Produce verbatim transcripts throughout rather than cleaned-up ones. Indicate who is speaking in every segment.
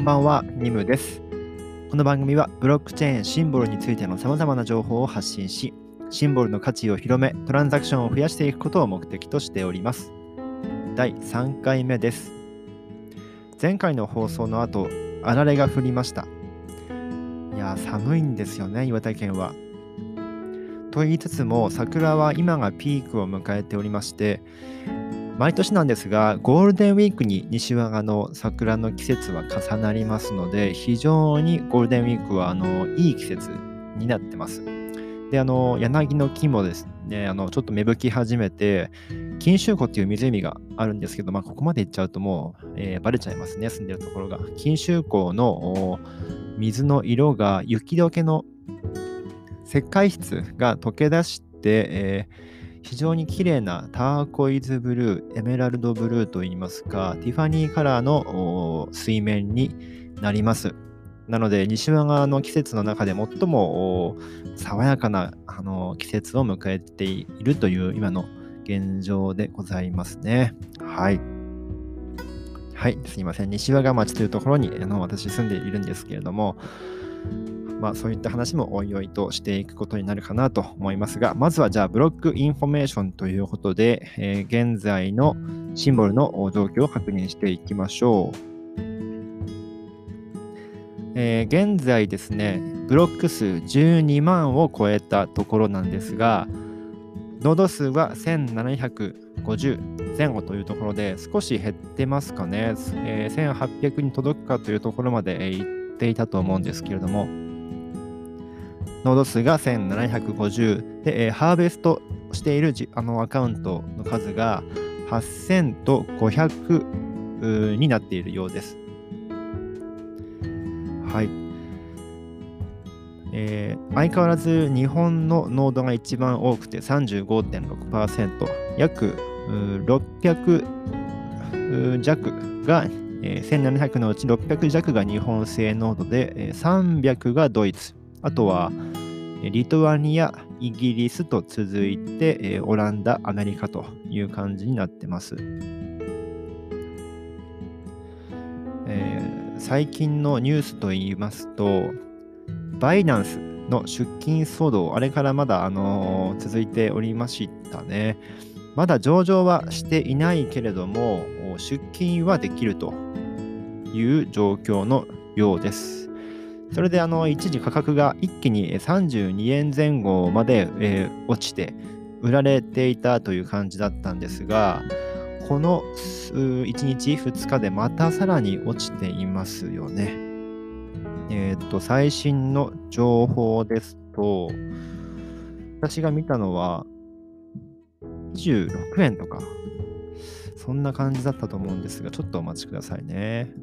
Speaker 1: こんばんは、ニムです。この番組はブロックチェーンシンボルについてのさまざまな情報を発信し、シンボルの価値を広め、トランザクションを増やしていくことを目的としております。だいさんかいめです。前回の放送の後、あられが降りました。いやー、寒いんですよね、岩手県は。と言いつつも、桜は今がピークを迎えておりまして、毎年なんですが、ゴールデンウィークに西和賀の桜の季節は重なりますので、非常にゴールデンウィークはあのいい季節になってます。で、あの柳の木もですね、あのちょっと芽吹き始めて、錦秋湖っていう湖があるんですけど、まあ、ここまで行っちゃうともう、えーバレちゃいますね、住んでるところが。錦秋湖のお水の色が雪解けの石灰質が溶け出して、えー非常に綺麗なターコイズブルー、エメラルドブルーといいますか、ティファニーカラーのお水面になります。なので、西和賀の季節の中で最もお爽やかなあの季節を迎えているという今の現状でございますね。はい。はい、すいません。西和賀町というところにあの私住んでいるんですけれども、まあ、そういった話もおいおいとしていくことになるかなと思いますが、まずはじゃあブロックインフォメーションということで、えー現在のシンボルの状況を確認していきましょう。えー現在ですね、ブロック数じゅうにまんを超えたところなんですが、ノード数はせんななひゃくごじゅう前後というところで少し減ってますかね。えーせんはっぴゃくに届くかというところまで、えー行っていたと思うんですけれども、ノード数がせんななひゃくごじゅうで、えーハーベストしているじあのアカウントの数がはっせんとごひゃくうーになっているようです。はい。えー相変わらず日本のノードが一番多くて さんじゅうごてんろくパーセント、約うーろっぴゃくうー弱が、えーせんななひゃくのうちろっぴゃく弱が日本製ノードで、えーさんびゃくがドイツ、あとはえーリトアニア、イギリスと続いて、えーオランダ、アメリカという感じになってます。えー最近のニュースといいますと、バイナンスの出金騒動、あれからまだ、あのー続いておりましたね。まだ上場はしていないけれども、お出金はできるという状況のようです。それであの一時価格が一気にさんじゅうにえん前後まで、えー落ちて売られていたという感じだったんですが、このういちにちふつかでまたさらに落ちていますよね。えっと最新の情報ですと、私が見たのはにじゅうろくえんとか、そんな感じだったと思うんですが、ちょっとお待ちくださいね。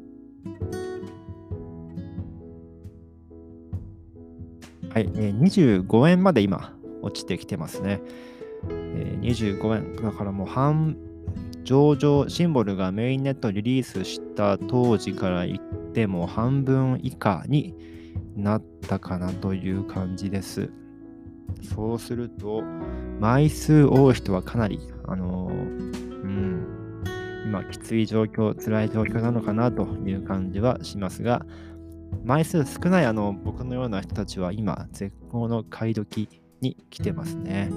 Speaker 1: はい、えーにじゅうごえんまで今落ちてきてますね。えーにじゅうごえん。だからもう半、上場、シンボルがメインネットリリースした当時から言っても半分以下になったかなという感じです。そうすると、枚数多い人はかなり、あのーうん、今きつい状況、辛い状況なのかなという感じはしますが、枚数少ないあの僕のような人たちは今、絶好の買い時に来てますね。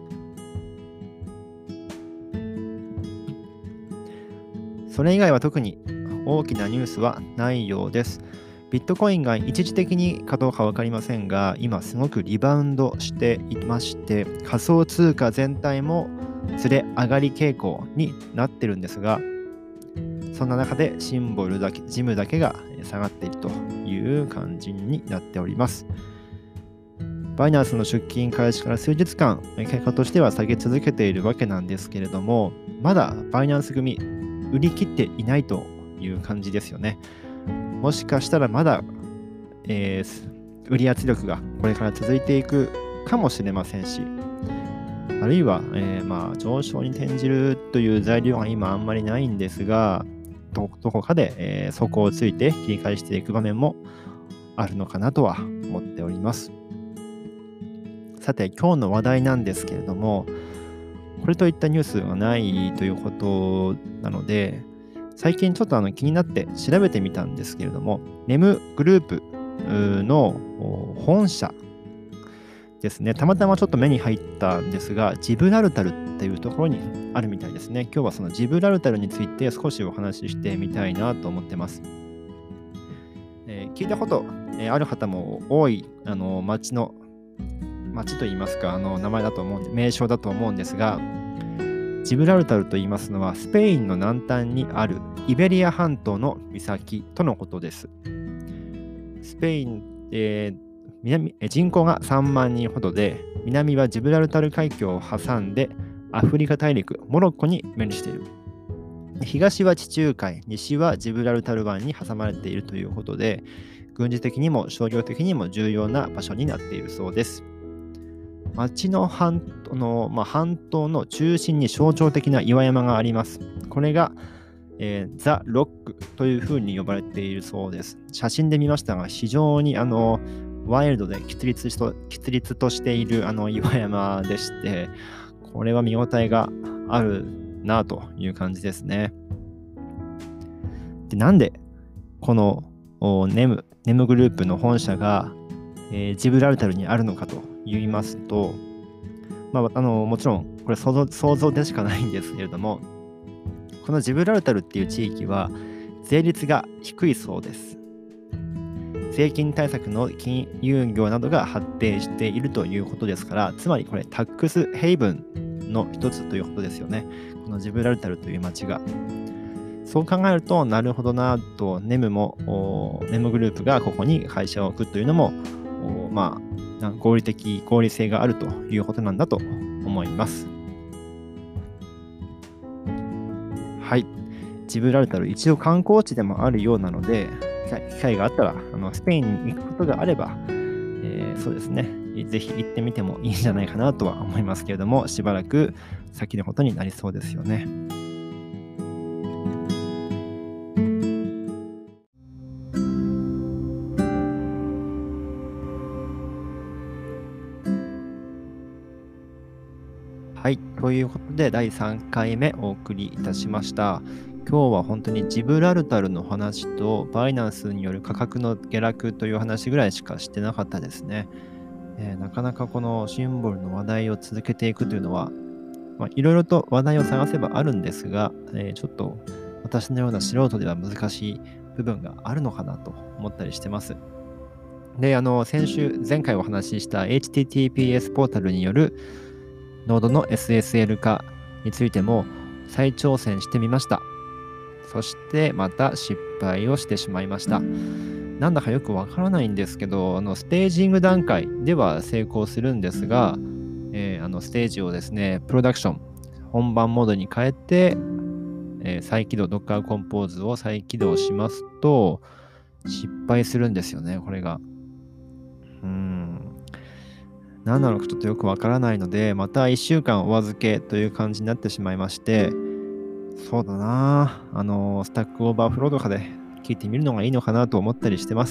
Speaker 1: それ以外は特に大きなニュースはないようです。ビットコインが一時的にかどうか分かりませんが、今すごくリバウンドしていまして、仮想通貨全体もずれ上がり傾向になってるんですが、そんな中でシンボルだけ、ジムだけが下がっているという感じになっております。バイナンスの出金開始から数日間、結果としては下げ続けているわけなんですけれども、まだバイナンス組、売り切っていないという感じですよね。もしかしたらまだ、えー売り圧力がこれから続いていくかもしれませんし、あるいは、えーまあ、上昇に転じるという材料が今あんまりないんですが、どどこかで、えー底をついて切り返していく場面もあるのかなとは思っております。さて、今日の話題なんですけれども、これといったニュースがないということなので、 最近ちょっとあの気になって調べてみたんですけれども、ネムグループの本社ですね、たまたまちょっと目に入ったんですが、ジブラルタルっていうところにあるみたいですね。今日はそのジブラルタルについて少しお話ししてみたいなと思ってます。えー聞いたこと、えーある方も多いあの町の町といいますか、あの名前だと思うんで、名称だと思うんですが、ジブラルタルと言いますのは、スペインの南端にあるイベリア半島の岬とのことです。スペイン、えー南えー人口がさんまんにんほどで、南はジブラルタル海峡を挟んで、アフリカ大陸、モロッコに面している。東は地中海、西はジブラルタル湾に挟まれているということで、軍事的にも商業的にも重要な場所になっているそうです。町の半島の、まあ、半島の中心に象徴的な岩山があります。これが、えーザ・ロックというふうに呼ばれているそうです。写真で見ましたが、非常にあのワイルドで喫立と喫立としているあの岩山でして、これは見応えがあるなという感じですね。で、なんでこのおネム、ネムグループの本社が、えージブラルタルにあるのかと言いますと、まあ、あのもちろんこれ想像、想像でしかないんですけれども、このジブラルタルっていう地域は税率が低いそうです。税金対策の金融業などが発展しているということですから、つまりこれタックスヘイブンの一つということですよね。このジブラルタルという町が。そう考えると、なるほどなと、ネムも、おネムグループがここに会社を置くというのも、おまあ、な合理的、合理性があるということなんだと思います。はい。ジブラルタル、一応観光地でもあるようなので、機会機会があったら、あのスペインに行くことがあれば、えーそうですね、ぜひ行ってみてもいいんじゃないかなとは思いますけれども、しばらく先のことになりそうですよね。はい。ということで、だいさんかいめお送りいたしました。今日は本当にジブラルタルの話と、バイナンスによる価格の下落という話ぐらいしかしてなかったですね。えーなかなかこのシンボルの話題を続けていくというのは、まあいろいろと話題を探せばあるんですが、えーちょっと私のような素人では難しい部分があるのかなと思ったりしてます。で、あの、先週、前回お話しした エイチティーティーピーエス ポータルによるノードの エスエスエル 化についても再挑戦してみました。そしてまた失敗をしてしまいました。なんだかよくわからないんですけど、あのステージング段階では成功するんですが、えーあのステージをですね、プロダクション、本番モードに変えて、えー再起動、Docker Compose を再起動しますと、失敗するんですよね、これが。うーん。何なのかちょっとよくわからないので、またいっしゅうかんお預けという感じになってしまいまして、そうだなあの、スタックオーバーフローとかで聞いてみるのがいいのかなと思ったりしてます。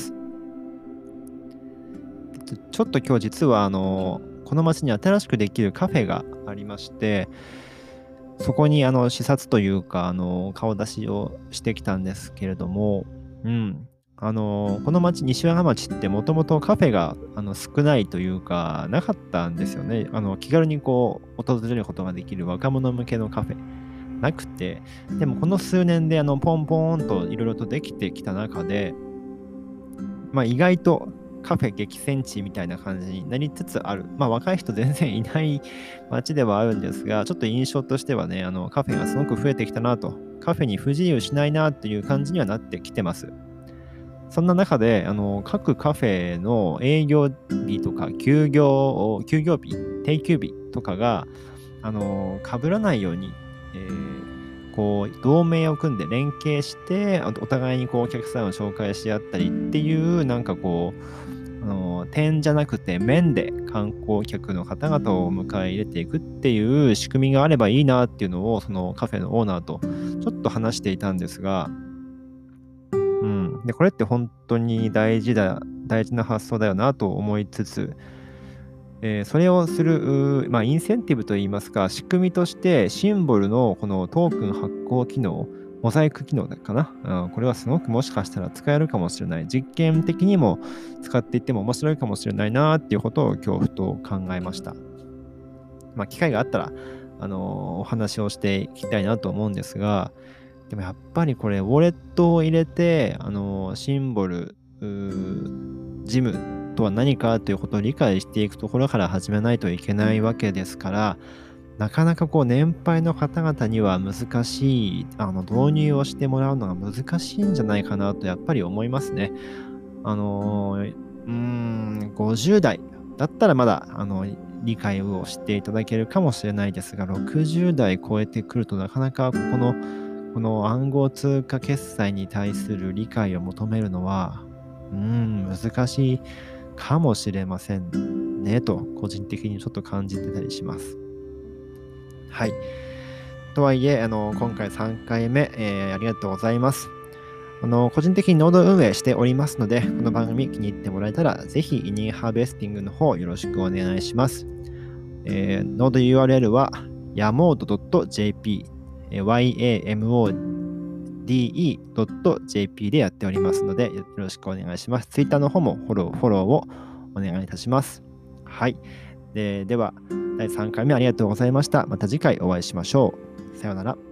Speaker 1: ちょちょっと今日実はあの、この町に新しくできるカフェがありまして、そこにあの視察というか、あの顔出しをしてきたんですけれども、うん、あのこの町、西和賀町ってもともとカフェがあの少ないというか、なかったんですよね。あの気軽にこう訪れることができる若者向けのカフェ。なくて、でもこの数年であのポンポンといろいろとできてきた中で、まあ、意外とカフェ激戦地みたいな感じになりつつある。まあ若い人全然いない街ではあるんですが、ちょっと印象としてはね、あのカフェがすごく増えてきたなと、カフェに不自由しないなっていう感じにはなってきてます。そんな中で、あの各カフェの営業日とか休業、休業日、定休日とかが、あの被らないように、えーこう同盟を組んで連携してあとお互いにこうお客さんを紹介し合ったりっていうなんかこうあの点じゃなくて面で観光客の方々を迎え入れていくっていう仕組みがあればいいなっていうのをそのカフェのオーナーとちょっと話していたんですが、うん、でこれって本当に大事だ大事な発想だよなと思いつつ、えーそれをする、うーまあ、インセンティブといいますか、仕組みとしてシンボルのこのトークン発行機能、 モザイク機能だかな、うん、これはすごくもしかしたら使えるかもしれない。実験的にも使っていっても面白いかもしれないなっていうことを今日ふと考えました。まあ、機会があったら、あのーお話をしていきたいなと思うんですが、でもやっぱりこれ、ウォレットを入れて、あのーシンボル、うージムとは何かということを理解していくところから始めないといけないわけですから、なかなかこう年配の方々には難しい、あの導入をしてもらうのが難しいんじゃないかなとやっぱり思いますね。あのー、うーん、ごじゅう代だったらまだ、あの、理解をしていただけるかもしれないですが、ろくじゅう代超えてくるとなかなかここの、この暗号通貨決済に対する理解を求めるのは、うーん、難しいかもしれませんね、と、個人的にちょっと感じてたりします。はい。とはいえ、あの、今回さんかいめ、えーありがとうございます。あの、個人的にノード運営しておりますので、この番組気に入ってもらえたら、ぜひ、イニーハーベスティングの方よろしくお願いします。えー、ノード ユーアールエル は ヤモード ドット ジェーピー、ワイエーエムオーディーイー ドット ジェーピー でやっておりますので、よろしくお願いします。Twitter の方もフォロー、フォローをお願いいたします。はい。で、では、だいさんかいめありがとうございました。また次回お会いしましょう。さようなら。